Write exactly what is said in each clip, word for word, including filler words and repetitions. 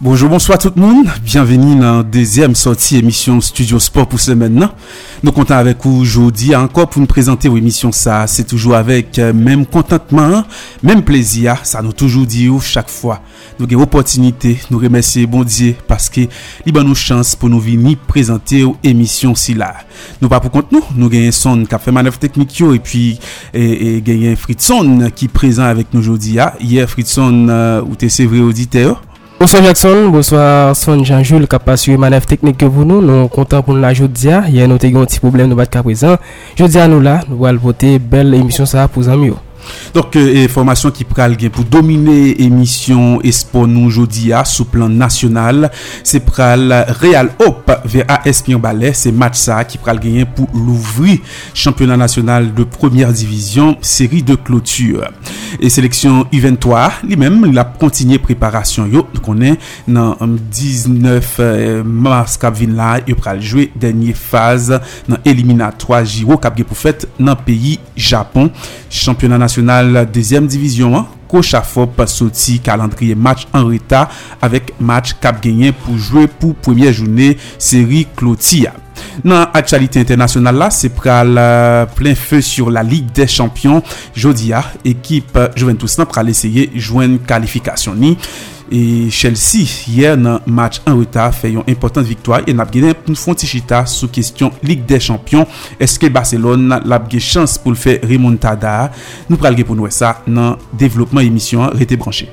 Bonjour, bonsoir tout le monde. Bienvenue dans la deuxième sortie émission Studio Sport pour ce maintenant. Nous comptons avec vous aujourd'hui encore pour nous présenter vos émissions. Ça, c'est toujours avec euh, même contentement, même plaisir. Ça nous toujours dit chaque fois. Nous avons opportunité, nous remercier bon Dieu parce que il donne nous chance pour nous venir présenter aux émissions si là. Nous pas pour compte nous, nous gagnons son qui a fait manœuvre technique et puis et, et gagnons Fritzson qui est présent avec nous aujourd'hui. Hier Fritzson euh, ou t'es c'est vrai auditeur. Bonsoir Jackson, bonsoir Son Jean-Jules qui a passé une manœuvre technique que vous nous, nous sommes contents pour nous la aujourd'hui. Hier nous avons un petit problème nous battre qu'à présent. Jeudi à nous là, nous allons voter belle émission ça pour amis. Donc euh, information qui pral gain pour dominer émission Espoir nous aujourd'hui à sous plan national, c'est pral Real Hope vers A S Pion Ballet, c'est match ça qui pral gagner pour l'ouvrir championnat national de première division, série de clôture. Et sélection U vingt-trois, lui-même il a continué préparation yo, donc on est dans dix-neuf mars cap vinn là, il pral jouer dernière phase dans éliminatoire Giro cap pour fait dans pays Japon, championnat national deuxième division. Hein? Coach Afop sorti calendrier match en retard avec match cap gagné pour jouer pour première journée série clôture. Dans l'actualité internationale là, c'est pral euh, plein feu sur la Ligue des Champions. Jodia équipe euh, Juventus n'a pral essayer joindre qualification ni. Et Chelsea hier dans match en retard fait une importante victoire et n'a gagné une fontichita sous question Ligue des Champions. Est-ce que Barcelone l'a gagné chance pour le faire remontada? Nous pral pour nous ça dans développement émission restez branchés.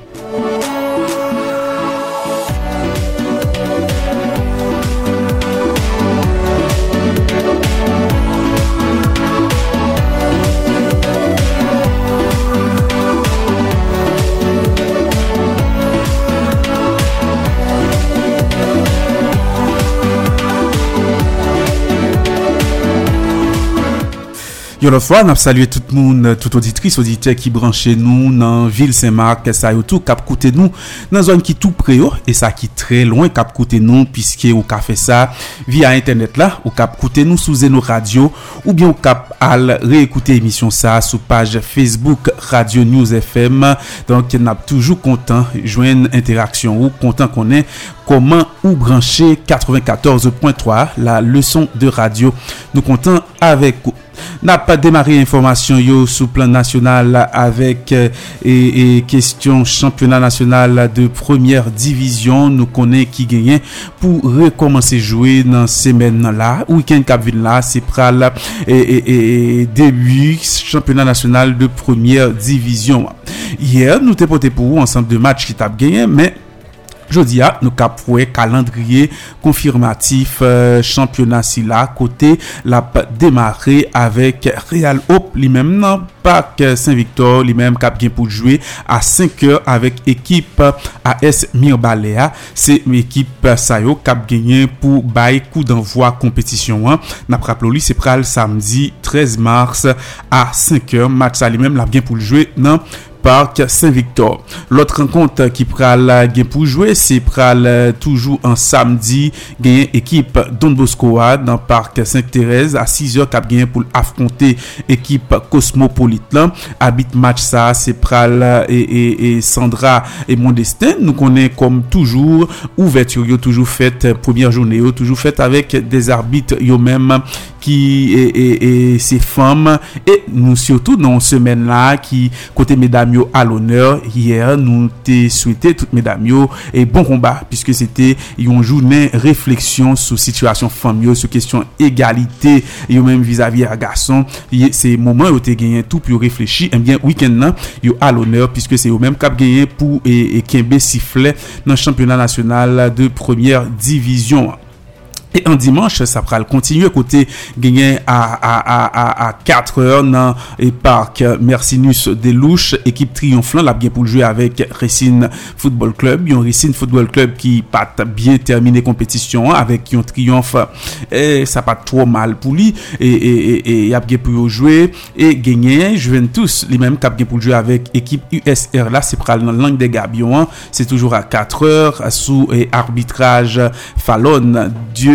Yo la fois, n'a salué tout le monde, toute auditrice, auditeur qui branché nous dans ville Saint-Marc, ça y tout cap côté nous dans zone qui tout près et ça qui très loin cap côté nous puisque ou ka fait ça via internet là, ou cap côté nous sous Zeno Radio ou bien ou cap al réécouter émission ça sur page Facebook Radio News F M. Donc n'a toujours content joindre interaction ou content qu'on est comment ou brancher quatre-vingt-quatorze point trois la leçon de radio. Nous comptons avec n'a pas démarré information yo sous plan national avec euh, et, et question championnat national de première division. Nous connaît qui gagne pour recommencer jouer dans semaine là week-end cap vinn là c'est pral et, et, et début championnat national de première division. Hier nous t'ai porté pour vous ensemble de matchs qui t'a gagné mais jeudi a nous cap pour calendrier confirmatif euh, championnat si là côté la démarrer avec Real Hope lui-même dans Parc Saint-Victor lui-même cap bien pour jouer à cinq heures avec équipe A S Mirbalea. C'est une équipe ça yo cap gagné pour bail coup d'envoi compétition hein. N'a rappelé c'est pral samedi treize mars à cinq heures match ça lui-même là bien pour jouer dans Parc Saint-Victor. L'autre rencontre qui pral gain pour jouer, c'est pral toujours en samedi gain équipe Don Bosco dans Parc Sainte-Thérèse à six heures cap gain pour affronter équipe Cosmopolite là. Habit match ça, c'est pral et, et, et Sandra et Mon Destin. Nous connaît comme toujours ouverture yo toujours faite première journée yo toujours faite avec des arbitres yo même qui et, et, et ces femmes et nous surtout dans semaine là qui côté mesdames yo à l'honneur. Hier nous t'ai souhaité toutes mesdames yo et bon combat puisque c'était une journée réflexion sur situation femme yo sur question égalité yo même vis-à-vis à garçon. C'est moment où t'ai gagné tout pour réfléchir et bien week-end là yo à l'honneur puisque c'est au même cap gagné pour et, et Kembe sifflet dans le championnat national de première division. Et en dimanche, ça va continuer côté gagné à, à, à, à, à quatre heures dans le parc Mercinus des Louches, équipe triomphant, là bien pour jouer avec Racine Football Club. Un Racine Football Club qui pas bien terminé compétition avec un triomphe et ça pas trop mal pour lui et et et, et a bien pour jouer et gagner Juventus lui même cap bien pour jouer avec équipe U S R là c'est pral dans langue des Gabions, c'est toujours à quatre heures sous et arbitrage Fallon Dieu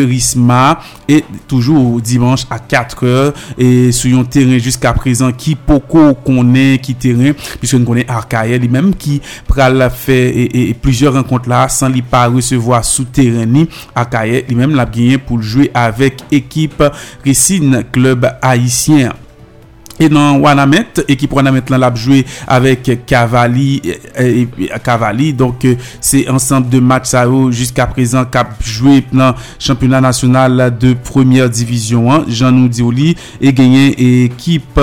Mérisma et toujours dimanche à quatre heures et sur un terrain jusqu'à présent qui poko connaît qui terrain puisque nous connaît Arcaïe lui-même qui pral fait et, et plusieurs rencontres là sans lui pas recevoir sous terrain ni Arcaïe lui-même l'a gagné pour jouer avec équipe Racine club haïtien. Et dans Wanamet, équipe Wanamet là l'a joué avec Cavalli et Cavalli donc euh, c'est ensemble de matchs ça jusqu'à présent cap joué dans championnat national de première division hein, Jean nous dit et gagné équipe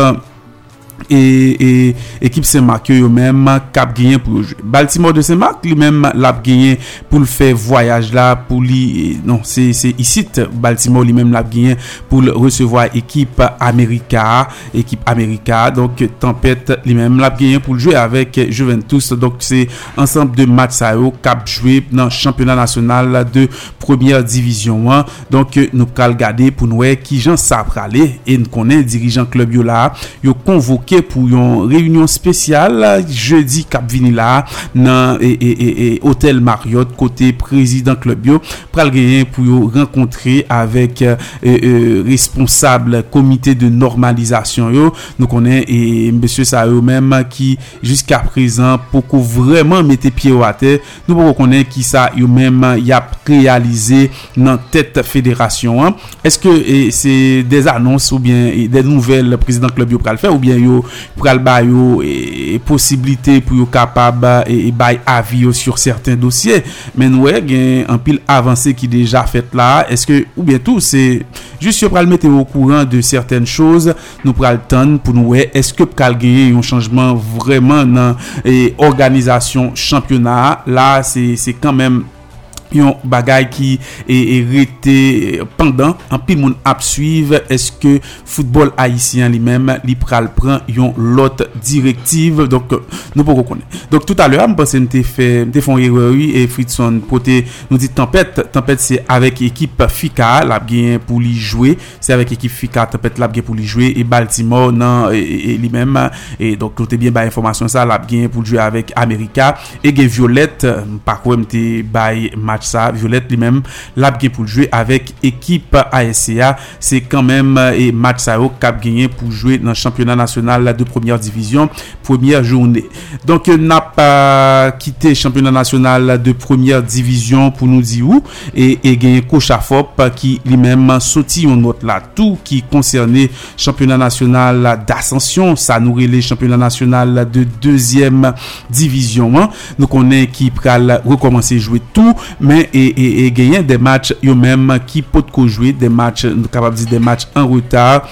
et, et équipe Saint-Marc eux même cap gagné pour jouer. Baltimore de Saint-Marc lui-même l'a gagné pour le faire voyage là pour lui non c'est c'est ici Baltimore lui-même l'a gagné pour recevoir équipe America équipe America donc Tempête lui-même l'a gagné pour jouer avec Juventus donc c'est ensemble de matchs ça cap joué dans championnat national de première division hein. Donc nous pral regarder pour nous qui Jean ça praler et nous connaît dirigeant club yo là yo convoqué pour une réunion spéciale jeudi cap vini là dans et, et, et hôtel Marriott côté président club yo pral gagner pour rencontrer avec euh, euh, responsable comité de normalisation yo nous connaît et monsieur ça eux même qui jusqu'à présent pour vraiment mettre pied à terre nous pour connaître qui ça eux même y a réalisé dans tête fédération hein. Est-ce que et, c'est des annonces ou bien et, des nouvelles le président club yo pral faire ou bien yo pral ba yo et possibilité pour yo capable et bail avis sur certains dossiers mais nous ouais un pile avancé qui déjà fait là est-ce que ou bien tout c'est juste yo pral mettre au courant de certaines choses nous pral tendre pour nous ouais est-ce que pral gagner un changement vraiment dans et organisation championnat là c'est c'est quand même yon bagay qui est resté pendant en pile moun ap suivre est-ce que football haïtien lui-même li pral prend yon l'autre directive donc nous pas connaître donc tout à l'heure me pense n'était fait n'était font erreur et Fritson côté nous dit Tempête Tempête c'est avec équipe Fika l'a bien pour lui jouer c'est avec équipe Fika Tempête l'a bien pour lui jouer et Baltimore non et, et lui-même et donc tout est bien ba information ça l'a bien pour jouer avec America et gen Violette par quoi m'était bail ça Violette lui-même l'a gagné pour jouer avec équipe A S C A c'est quand même et match ça au cap gagné pour jouer dans le championnat national de première division première journée donc n'a pas quitté championnat national de première division pour nous dire où et et gagné Cochafop qui lui-même sorti une note là tout qui concernait championnat national d'ascension ça nourrit les championnats national de deuxième division hein. Nous connaît qui pral recommencer jouer tout mais et et, et gagner des matchs eux même qui peut jouer des matchs capable dire des matchs en retard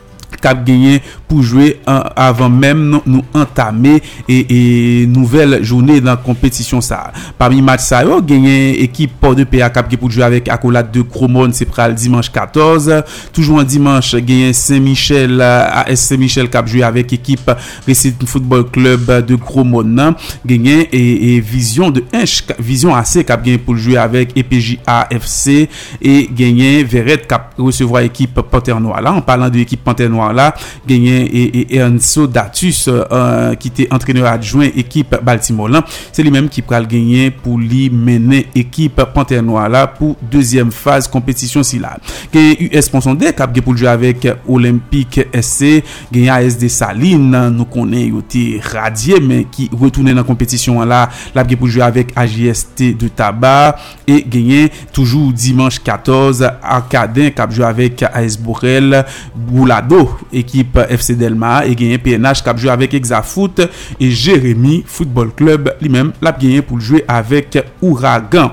cap gagné pour jouer en, avant même nous, nous entamer et, et nouvelle journée dans compétition ça parmi match ça yo gagné équipe Port de Paix cap pour jouer avec Accolade de Cromone c'est pral dimanche quatorze toujours un dimanche gagné Saint-Michel A S Saint-Michel cap jouer avec équipe Racine Football Club de Cromone gagné et, et Vision de Inch Vision A C cap gagné pour jouer avec E P J A F C et gagné Verret cap recevoir équipe Panthère Noire là en parlant de équipe Panthère Noire là gagné et, et Enzo Datus euh, qui était entraîneur adjoint équipe Baltimore là c'est lui-même qui pral gagner pour lui mener équipe Panthère Noire là pour deuxième phase compétition si là gagné U S Ponsonde cap pour jouer avec Olympique S C gagné A S Dessalines nous connaît yoté radié mais qui retourner dans compétition là là pour jouer avec A J S T de Tabac et gagné toujours dimanche quatorze Arcadin cap jouer avec A S Borel Boulado équipe F C Delma et gagné P N H cap jouer avec Exafoot et Jérémy Football Club lui-même l'a gagné pour jouer avec Ouragan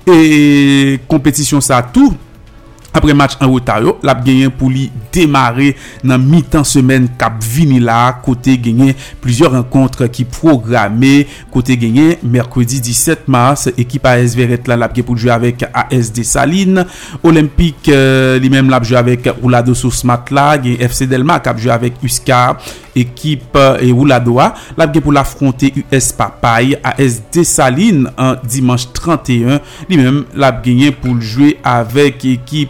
et compétition ça tout après match en retard l'a gagné pour lui démarrer dans mi-temps semaine cap vini là côté gagné plusieurs rencontres qui programmées côté gagné mercredi dix-sept mars équipe A S Verret là l'a gagné pour jouer avec A S Dessalines Olympique euh, lui-même l'a joué avec Roulado Sousmat là F C Delma cap joué avec Uscar équipe euh, et Rouladoa l'a gagné pour l'affronter U S Papaye A S Dessalines en dimanche trente et un lui-même l'a gagné pour jouer avec équipe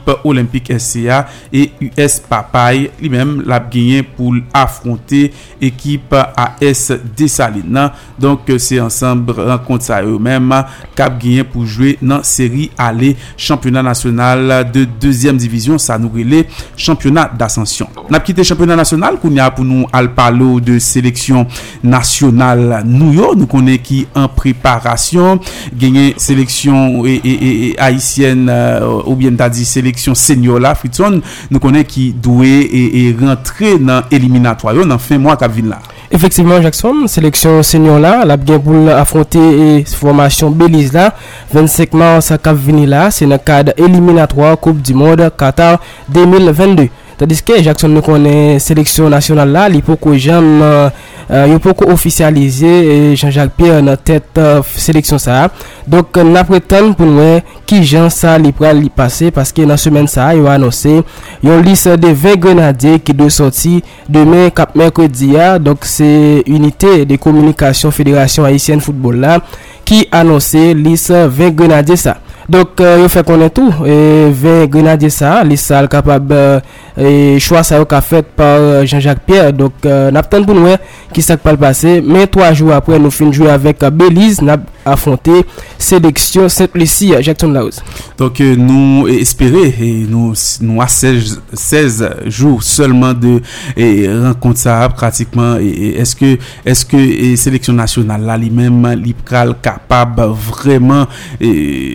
Olympique S C A et U S Papaye lui-même l'a gagné pour affronter équipe A S Dessalines. Donc c'est ensemble rencontre ça eux-mêmes cap gagné pour jouer dans série aller championnat national de deuxième division, ça nous relève championnat d'ascension. N'a quitté championnat national qu'on y a pour nous al parler de sélection nationale nous yo nous connaît qui en préparation gagner sélection et, et, et haïtienne euh, ou bien t'as dit sélection senior là Fritson nous connaît qui doué et, et rentrer dans éliminatoire dans fin mois qu'a vinn là. Effectivement Jackson, sélection senior là, la bien pour affronter formation Belize là, vingt-cinq mars qu'a vinn là, c'est dans cadre éliminatoire Coupe du monde Qatar deux mille vingt-deux. Tandis que Jackson nous connaît sélection nationale là, il faut que j'aime euh, il faut que officialiser Jean-Jacques Pierre dans tête euh, sélection ça. Donc n'a prétend pour nous qui Jean ça li pral li passer parce que dans semaine ça il a annoncé une liste de vingt grenadiers qui doit sortir demain cap mercredi. Donc c'est unité de communication Fédération haïtienne football là qui annoncé liste vingt grenadiers ça. Donc euh, il fait connaître tout et vingt grenadiers ça les salles capable euh, choix ça qu'a fait par Jean-Jacques Pierre. Donc euh, n'attend pour nous qui ça va passer mais trois jours après nous fin jouer avec euh, Belize n'a affronté sélection Sainte-Lucie Jackson Laos. Donc euh, nous espérer et nous nous à seize, seize jours seulement de et, rencontre ça pratiquement et, et est-ce que est-ce que et, sélection nationale là lui-même li pral capable vraiment et,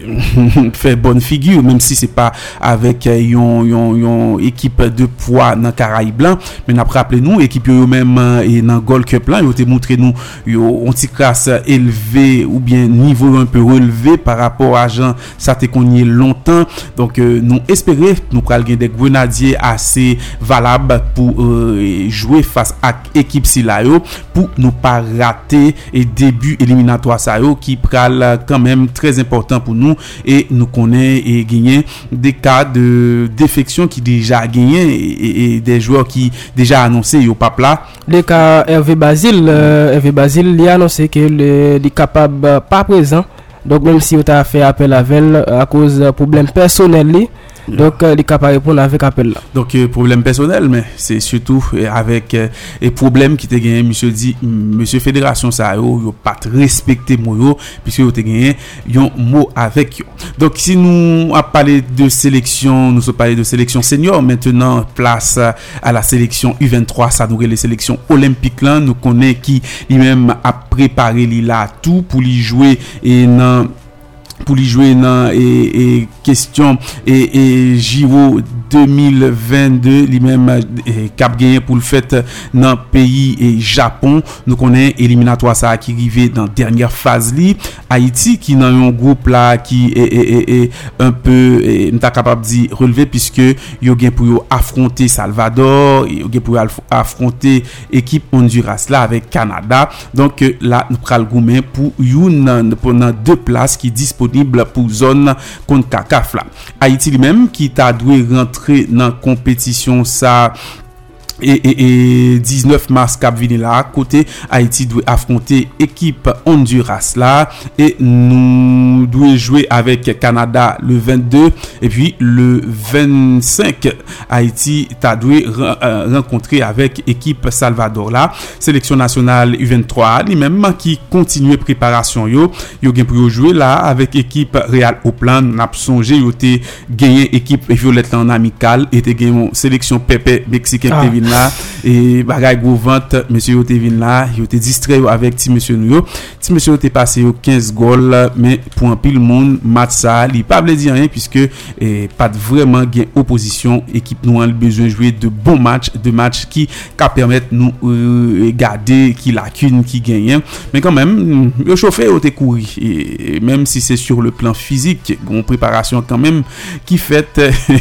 faire bonne figure même si c'est pas avec yon yon yon équipe de poids dans Caraïbes blanc mais n'a rappelé nous équipe yo même et dans Gold Cup là yo te montré nous yo on ti classe élevé ou bien niveau un peu relevé par rapport à Jean ça te connait longtemps donc euh, nous espérer nous pral gagner des grenadiers assez valables pour euh, jouer face à équipe si là yo pour nous pas rater et début éliminatoire ça yo qui pral quand même très important pour nous et nous connaît et gagner des cas de défection qui déjà gagné et, et, et des joueurs qui déjà annoncé yo pas là le cas Hervé Basile euh, Hervé Basile il a annoncé que le est capable euh, pas présent donc même si on a fait appel à elle à cause de problèmes personnels donc euh, il est capable de répondre avec appel là. Donc euh, problème personnel mais c'est surtout euh, avec euh, et problème qui te gagné monsieur dit monsieur fédération ça yo yo pas respecter moi yo puisque yo te gagné yon mot avec yo. Donc si nous a parlé de sélection nous sommes parlé de sélection senior maintenant place à la sélection U vingt-trois ça nous les sélections olympiques là nous connaît qui lui-même a préparé li là tout pour lui jouer et dans pour lui jouer dans et, et question et, et J O deux mille vingt-deux lui-même cap gagné pour le fait dans pays et Japon nous connaît éliminatoire ça qui arrivé dans dernière phase li Haïti qui dans un groupe là qui est, est, est, est un peu m'ta capable dire relevé puisque yo gain pour yo affronter Salvador et yo gain pour affronter équipe Honduras là avec Canada donc là nous pral goumen pour une pendant deux places qui disponibles pour zone CONCACAF là. Haïti lui-même qui t'a dû rentrer dans compétition ça et, et, et dix-neuf mars cap vini là côté Haïti doit affronter équipe Honduras là et nous doit jouer avec Canada le vingt-deux et puis le vingt-cinq Haïti t'a dû euh, rencontrer avec équipe Salvador là sélection nationale U vingt-trois lui-même qui continue préparation yo yo gen pour jouer là avec équipe Real au plan n'a songé yo té gagné équipe Violette en amical et té gagné sélection Pepe mexicain ah. Là et bagay gros vente monsieur yo te vinn là yo te distrait avec ti monsieur nou yo ti monsieur te passé yo quinze goals mais pour un pile monde match ça li pas veut dire rien puisque eh, pas vraiment gain opposition équipe nous a besoin jouer de bons matchs de matchs qui ca permettre nous euh, garder qui lacune qui gagne mais quand même le chauffeur yo te courir et même si c'est sur le plan physique bon préparation quand même qui fait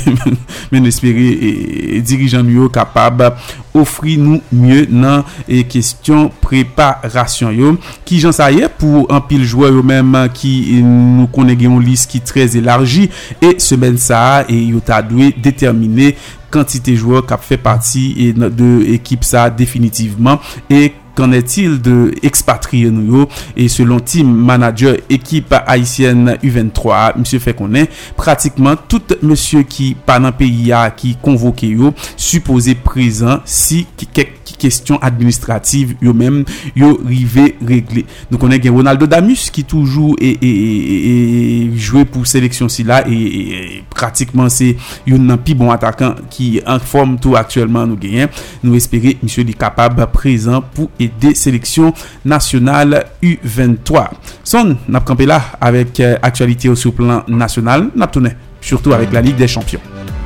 mais espérer dirigeant yo capable offrir nous mieux dans et question préparation yo qui j'en ça y est pour un pile joueur eux même qui nous connaît une liste qui très élargie et semaine ça et yo t'a dû déterminer quantité joueurs qui fait partie et de équipe ça définitivement et qu'en est-il de expatriés nous et selon team manager équipe haïtienne U vingt-trois, monsieur fait connaît pratiquement tout monsieur qui pas dans pays a qui convoqué yo supposé présent si quelques questions administratives yo même yo rivé régler. Donc on a Ronaldo Damus qui toujours est et, et joué pour sélection si là et, et pratiquement c'est un plus bon attaquant qui en forme tout actuellement nous gagnons. Nous espérer monsieur est capable présent pour aider sélection nationale U vingt-trois. Son n'a campé là avec euh, actualité au sur plan national, n'a tourné surtout avec la Ligue des Champions.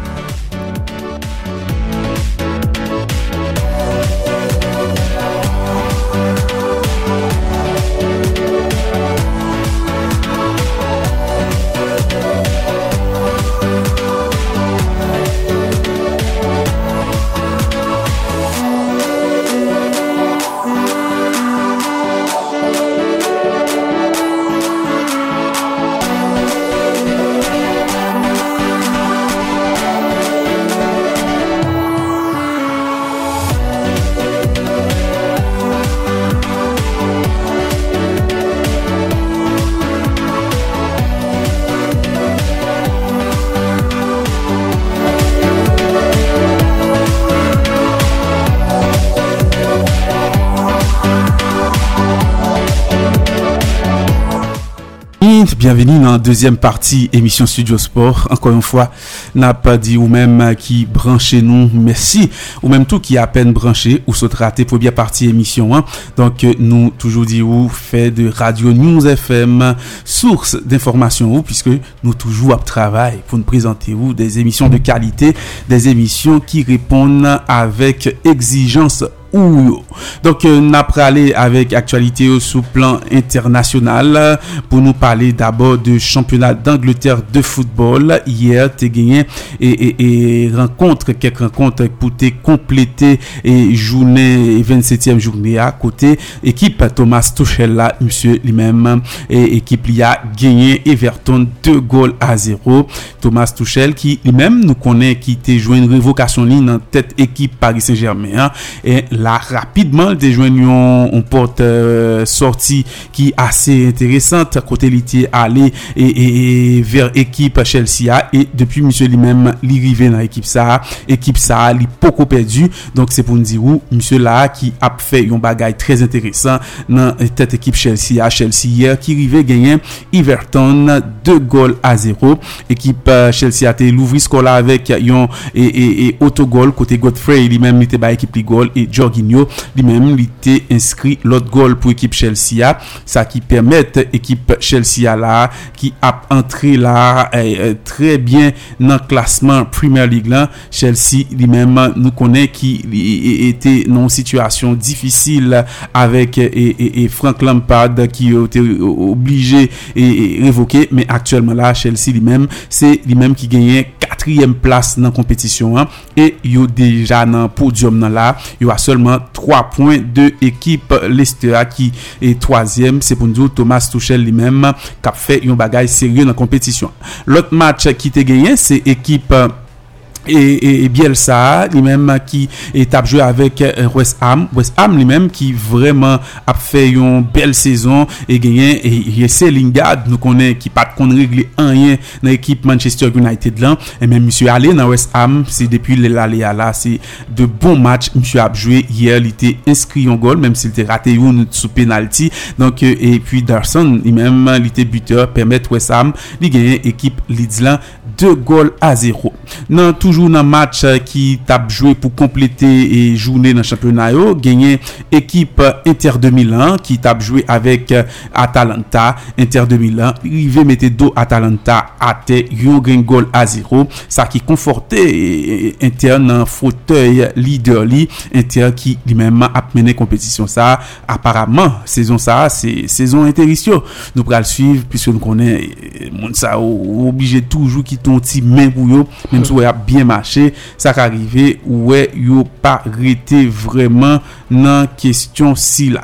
Bienvenue dans la deuxième partie émission Studio Sport. Encore une fois, n'a pas dit ou même qui branchez nous, merci. Ou même tout qui a à peine branché ou saute raté première partie émission. Hein. Donc, nous toujours dit ou fait de Radio News F M, source d'information ou puisque nous toujours à travail pour nous présenter ou des émissions de qualité, des émissions qui répondent avec exigence. Ouh. Donc euh, n'a parlé avec actualité au sous plan international pour nous parler d'abord de championnat d'Angleterre de football. Hier t'es gagné et, et, et rencontre quelques rencontres pour te compléter et journée vingt-septième journée à côté équipe Thomas Tuchel là monsieur lui-même et équipe il a gagné Everton deux goals à zéro. Thomas Tuchel qui lui-même nous connaît qui t'a joué une révocation ligne en tête équipe Paris Saint-Germain hein, et là rapidement des joignons on porte euh, sortie qui assez intéressante côté l'été aller et, et, et vers équipe Chelsea et depuis monsieur lui-même l'arrivée dans équipe ça équipe ça li beaucoup perdu donc c'est pour nous dire où monsieur là qui a fait un bagage très intéressant dans cette équipe Chelsea à Chelsea hier qui arrivait gagner Everton deux goals à zéro équipe euh, Chelsea a été l'ouvrir score là avec un et, et, et autogol côté Godfrey lui-même était ba équipe li goal et Jorginho lui-même il était inscrit l'autre goal pour équipe Chelsea ça qui permet équipe Chelsea là qui a entré là euh, très bien dans le classement Premier League là Chelsea lui-même nous connaît qui était dans une situation difficile avec et, et, et Frank Lampard qui a été obligé et, et révoqué mais actuellement là Chelsea lui-même c'est lui-même qui gagnait quatrième place dans la compétition hein, et il y déjà dans podium dans là il y a seulement trois points de équipe Leicester qui est troisième c'est pour nous Thomas Tuchel lui-même qui a fait un bagage sérieux dans la compétition. L'autre match qui était gagné c'est équipe et, et, et Bielsa lui-même qui est à jouer avec West Ham West Ham lui-même qui vraiment a fait une belle saison et gagné et, et c'est Lingard nous connaît qui pas de régler rien dans l'équipe Manchester United là et même monsieur allé dans West Ham c'est depuis l'aller là c'est de bons matchs monsieur a joué hier il était inscrit un goal même s'il était raté une sous penalty donc et puis Darson lui-même il était buteur permettre West Ham de gagner équipe Leeds là deux goals à zéro. Non toujours dans match qui t'a joué pour compléter et journée dans championnat yo gagné équipe Inter de Milan qui t'a joué avec Atalanta Inter de Milan rivé mettait dos Atalanta à terre un grand goal à zéro ça qui confortait Inter dans fauteuil leader li Inter qui lui-même a mené compétition ça apparemment saison ça c'est saison intéressante nous pral suivre puisque nous connaît monde ça obligé toujours qui ton petit main pour yo même si a bien marché ça qui arrivé ouais yo pas arrêté vraiment dans question si là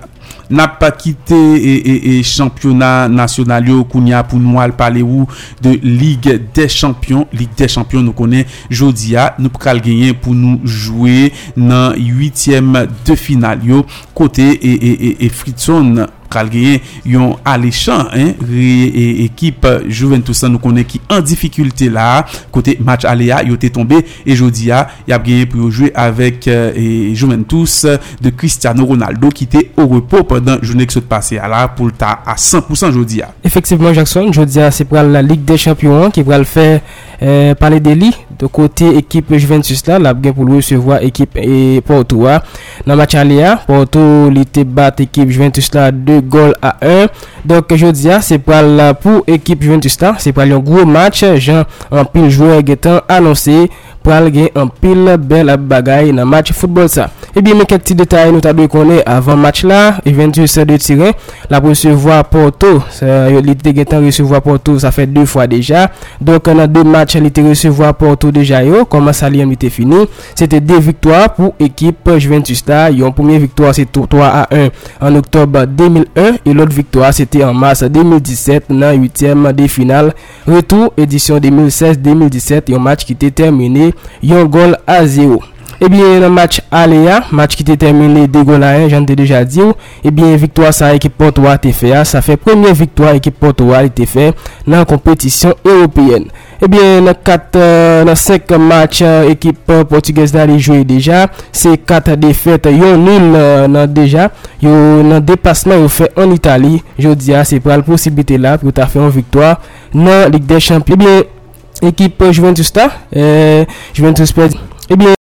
n'a pas quitté et, et, et championnat national yo kounya pour nous parler ou de Ligue des Champions. Ligue des Champions nous connaît jodia nous pral gagner pour nous jouer dans huitième de finale yo côté et et et, et Fritson pral gagner yon alléchant hein et équipe Juventus nous connaît qui en difficulté là côté match aléa yo était tombé et jodia y a gagné pour jouer avec et Juventus de Cristiano Ronaldo qui était au repos pendant journée qui s'est passée là pour ta à cent pour cent jodia. Effectivement Jackson, jodia c'est pour la Ligue des Champions qui va le faire euh, parler de lui de côté équipe Juventus là la bien pour recevoir équipe et Porto dans match aléa Porto l'été bat équipe Juventus là deux goal à un. Donc aujourd'hui c'est pour la pour équipe Juventus là, c'est pour un gros match, Jean en pile joueur étant annoncé pour gagner en pile belle bagaille dans match football ça. Et bien mais quelques petits détails nous t'a connaître avant match là, Juventus de tirer la recevoir Porto, l'été étant recevoir Porto ça fait deux fois déjà. Donc dans deux matchs l'été recevoir Porto déjà yo, comment ça lui était fini, c'était deux victoires pour équipe Juventus là, une première victoire c'est trois à un en octobre deux mille un et l'autre victoire c'était en mars deux mille dix-sept dans huitième de finale retour édition deux mille seize deux mille dix-sept, un match qui était terminé un goal à zéro. Et bien le match aléa, match qui était terminé deux goals à un, j'en ai déjà dit. Et bien victoire ça équipe Porto a été fait, ça fait première victoire équipe Porto a été fait dans la compétition européenne. Et bien dans quatre euh, dans cinq matchs euh, équipe euh, portugaise là joué déjà, c'est quatre défaites, yo nul euh, dans déjà, yo dans déplacement yo fait en Italie. Je dis c'est pour la possibilité là pour ta faire une victoire dans Ligue des Champions. Et bien équipe Juventus là, euh, Juventus perd. Et bien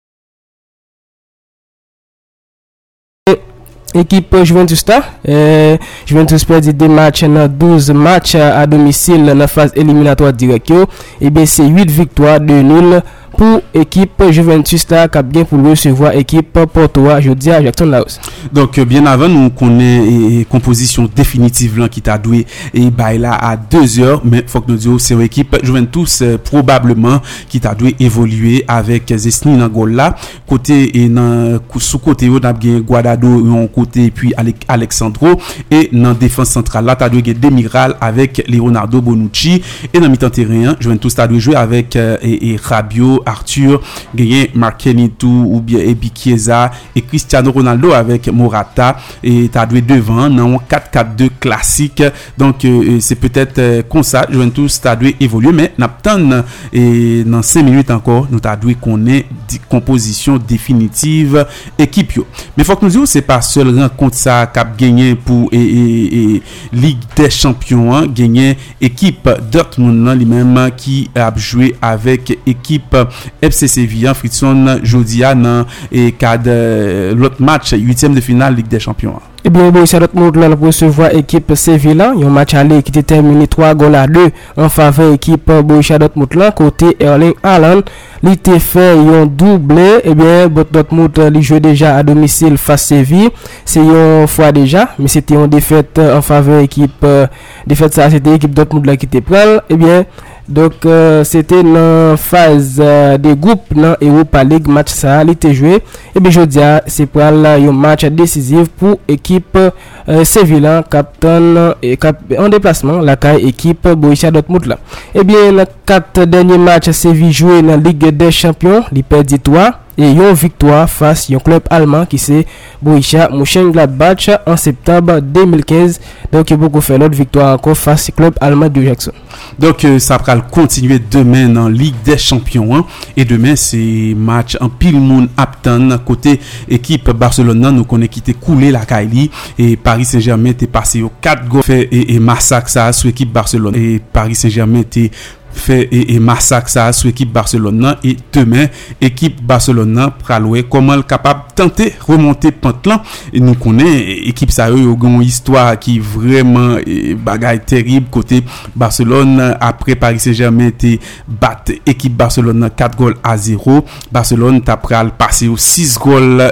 équipe Juventus là, euh, Juventus perd deux matchs dans douze matchs à domicile dans la phase éliminatoire directe. Et bien c'est huit victoires, deux nuls pour équipe Juventus là qui a bien pour recevoir équipe Porto jeudi à Jackson Laos. Donc bien avant nous connaît composition définitive là qui t'a doué et bah là à deux heures mais faut que nous disions c'est une équipe Juventus euh, probablement qui t'a doué évoluer avec Zesni dans goal là côté et dans sous côté on a bien Guardado un côté puis Alexandro et dans défense centrale là t'a doué Demiral avec Leonardo Bonucci et dans mi-temps terrain Juventus t'a doué jouer avec euh, et, et Rabiot Arthur, gagné Marquinhos ou bien Ebi Chiesa et Cristiano Ronaldo avec Morata et t'as doué devant dans quatre quatre deux classique. Donc euh, c'est peut-être euh, comme ça Juventus t'a doué évoluer mais n'attend et dans cinq minutes encore nous t'a doué qu'on ait composition définitive équipe yo. Mais faut que nous disions c'est pas seul rencontre ça qu'a gagné pour et, et, et Ligue des Champions hein, gagné équipe Dortmund lui-même qui a joué avec équipe F C Séville Fritson jodia dans et cadre l'autre match huitième de finale Ligue des Champions. Et bien Borussia Dortmund là pour recevoir équipe Séville là, un match aller qui était terminé trois goals à deux en faveur équipe Borussia Dortmund là côté Erling Haaland, il était fait un doublé. Et bien Dortmund il jouait déjà à domicile face Séville, c'est une fois déjà mais c'était une défaite en faveur équipe défaite ça c'était équipe Dortmund là qui était prêt. Et bien donc euh, c'était dans phase euh, des groupes dans Europa League match ça il était joué et bien jeudi c'est pour là un match décisif pour équipe euh, Séville captain et cap, en déplacement la caille équipe Borussia Dortmund là. Et bien les quatre derniers matchs Séville joué dans Ligue des Champions, il perd trois et une victoire face à un club allemand qui c'est Borussia Mönchengladbach en septembre deux mille quinze. Donc il y a beaucoup fait l'autre victoire encore face au club allemand de Jackson. Donc euh, ça va continuer demain dans Ligue des Champions hein. Et demain c'est match en pile monde Apton côté équipe Barcelone nous connaît qui était coulé la Kaili et Paris Saint-Germain était passé au quatre goals fait et, et massacre ça sur équipe Barcelone et Paris Saint-Germain était fait et, et massacre ça sur équipe Barcelone et demain équipe Barcelone pralouer comment elle capable tenter remonter pente là et nous connaît équipe ça yo une histoire qui vraiment bagaille terrible côté Barcelone après Paris Saint-Germain était battre équipe Barcelone quatre goals à zéro. Barcelone t'a pral passer au six goals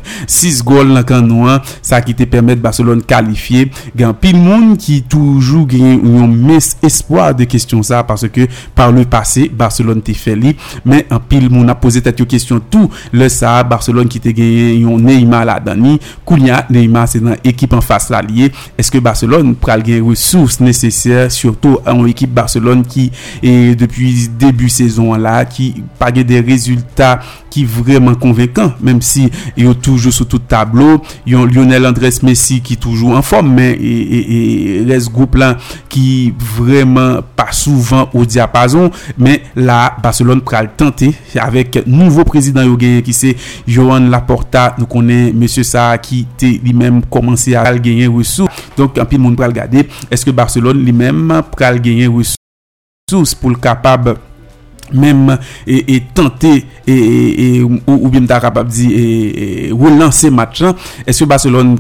six goals dans canon ça qui te permet Barcelone qualifier. Gan pile monde qui toujours gagne un mince espoir de question ça parce que par le passé Barcelone t'a fait li, mais en pile moun a posé cette question tout le ça Barcelone qui t'a gagné yon Neymar la dani Kounia Neymar c'est dans équipe en face là lié, est-ce que Barcelone pral gagner ressources nécessaires surtout en équipe Barcelone qui est depuis début saison là qui pas des résultats qui vraiment convaincant, même si il y a toujours sur tout tableau, il y a Lionel Andrés Messi qui toujours en forme, mais et, et, et reste groupe là qui vraiment pas souvent au diapason, mais là Barcelone pral tenter avec nouveau président yo gagné qui c'est Joan Laporta, nous connaît monsieur ça qui était lui-même commencé à gagner ressources, donc en pile monde pral regarder est-ce que Barcelone lui-même pral gagner ressources pour le capable même et, et tenter et, et, et ou, ou bien t'as capable dire et, et relancer match là, est-ce que Barcelone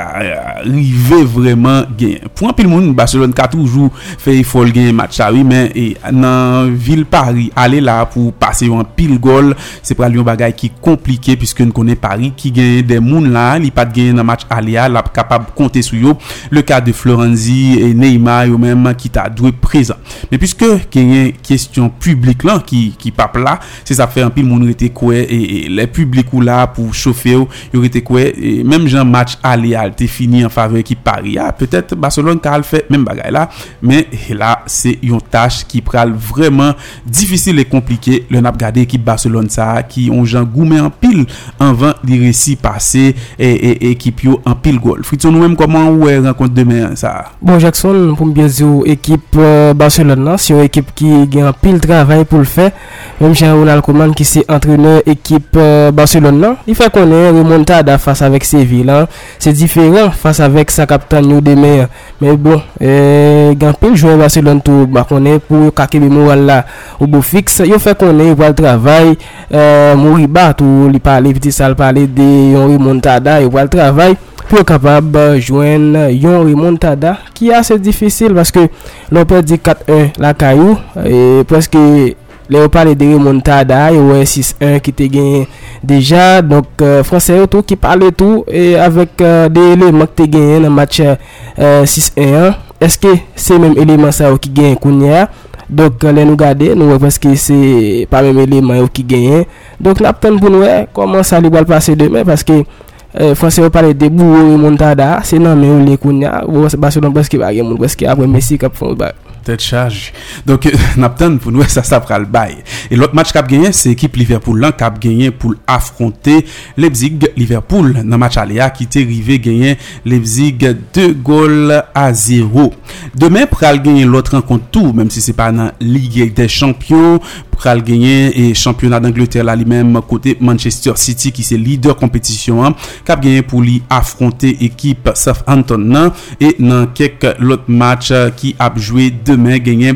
a arrivé vraiment gagner pour un pile monde Barcelone a toujours fait il faut gagner match là oui mais et, dans ville Paris aller là pour passer un pile goal c'est pour un bagage qui compliqué puisque nous connaît Paris qui gagne des monde là il pas de gagner dans match aller là capable compter sur eux le cas de Florenzi et Neymar eux même qui t'a dû présent mais puisque gagner question publique là qui qui pape là c'est ça fait un pile monde était quoi et, et les publics ou là pour chauffer il était quoi et même Jean match aller a été fini en faveur équipe Paris ah, peut-être Barcelone a fait même bagaille là mais là c'est une tâche qui pral vraiment difficile et compliqué le n'a regarder équipe Barcelone ça qui ont Jean goumé en pile avant les récits passés et, et, et équipe yo en pile goal Fritson nous même comment ouais rencontre demain ça bon Jackson pour bien dire équipe euh, Barcelone là c'est une équipe qui a un pile travail pour le faire même Jean-Ronald Koeman qui c'est entraîneur équipe euh, Barcelone là il fait connaître remontada face avec Séville là c'est différent face avec sa capitaine demain mais bon euh grand pile joueur Barcelone tout ba connaît pour caquer le moral là au beau fixe il fait connaître pour le travail euh Moriba tout il parler petit ça parler de remontada et pour le travail pour capable joindre yon remontada qui est assez difficile parce que l'on perd quatre un la caillou et presque les on parle de remontada et ouais six un qui te gagné déjà donc euh, français tout qui parle tout et avec euh, des éléments qui te gagné dans match euh, six un est-ce que c'est même élément ça qui gagne Kounia donc les nous garder nous parce que c'est pas même élément qui gagne donc l'attend pour nous comment ça va passer demain parce que Euh, français on parle de bou remontada c'est non mais les Kounia Barcelone parce que va gagner parce que après Messi cap font tête charge donc n'attend pour nous ça ça pral bail et l'autre match cap gagné c'est équipe Liverpool là cap gagné pour affronter Leipzig Liverpool dans match aléa qui était arrivé gagner Leipzig deux goals à zéro demain pral gagner l'autre rencontre tout même si c'est pas dans Ligue des Champions pral gagner et championnat d'Angleterre là lui-même côté Manchester City qui c'est leader compétition hein, cap gagné pour lui affronter équipe Southampton nan, et dans quelques l'autre match qui a joué demain gagné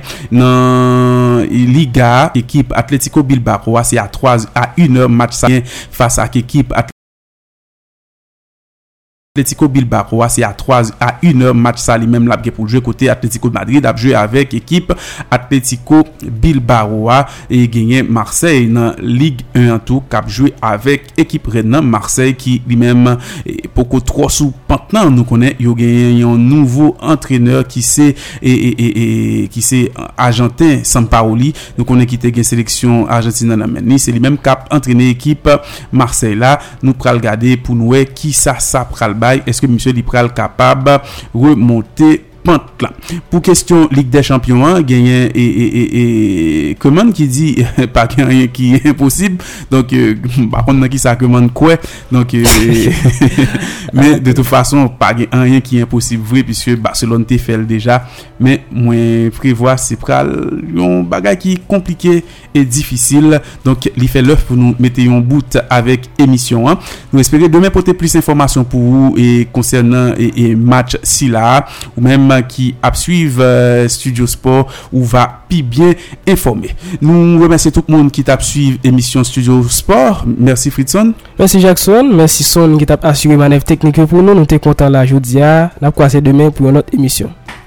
dans Liga équipe Atlético Bilbao c'est à trois à une heure match ça face à équipe Atlético Bilbao c'est à trois à une heure match ça lui-même là pour jouer côté Atlético de Madrid a joué avec équipe Atlético Bilbao et gagné Marseille dans Ligue un en tout cap joué avec équipe Rennes Marseille qui lui-même pour trop sous maintenant nous connaît il gagné un nouveau entraîneur qui c'est et, et, et, et qui c'est argentin Sampaoli nous connaît qui était sélection argentine dans Menni c'est lui-même cap entraîner équipe Marseille là nous pral regarder pour nous qui ça ça pral est-ce que monsieur Lipral capable remonter pente là pour question Ligue des Champions hein, gagné et et et, et Koeman qui dit pas rien qui est impossible donc euh, par contre qui ça Koeman quoi donc euh, mais de toute façon pas rien qui est impossible vrai puisque Barcelone t'est fait déjà mais moi prévoir c'est pral un bagage qui compliqué et difficile donc il fait l'œuf pour nous mettre un bout avec émission hein. Nous espérons demain porter plus d'informations pour vous et concernant et, et match si là ou même qui a suivre euh, Studio Sport ou va pi bien informer. Nous remercions tout le monde qui t'a suivre émission Studio Sport. Merci Fritson. Merci Jackson, merci Son qui t'a assuré manœuvre technique pour nous. Nous t'es content là aujourd'hui. N'a croisé demain pour une autre émission.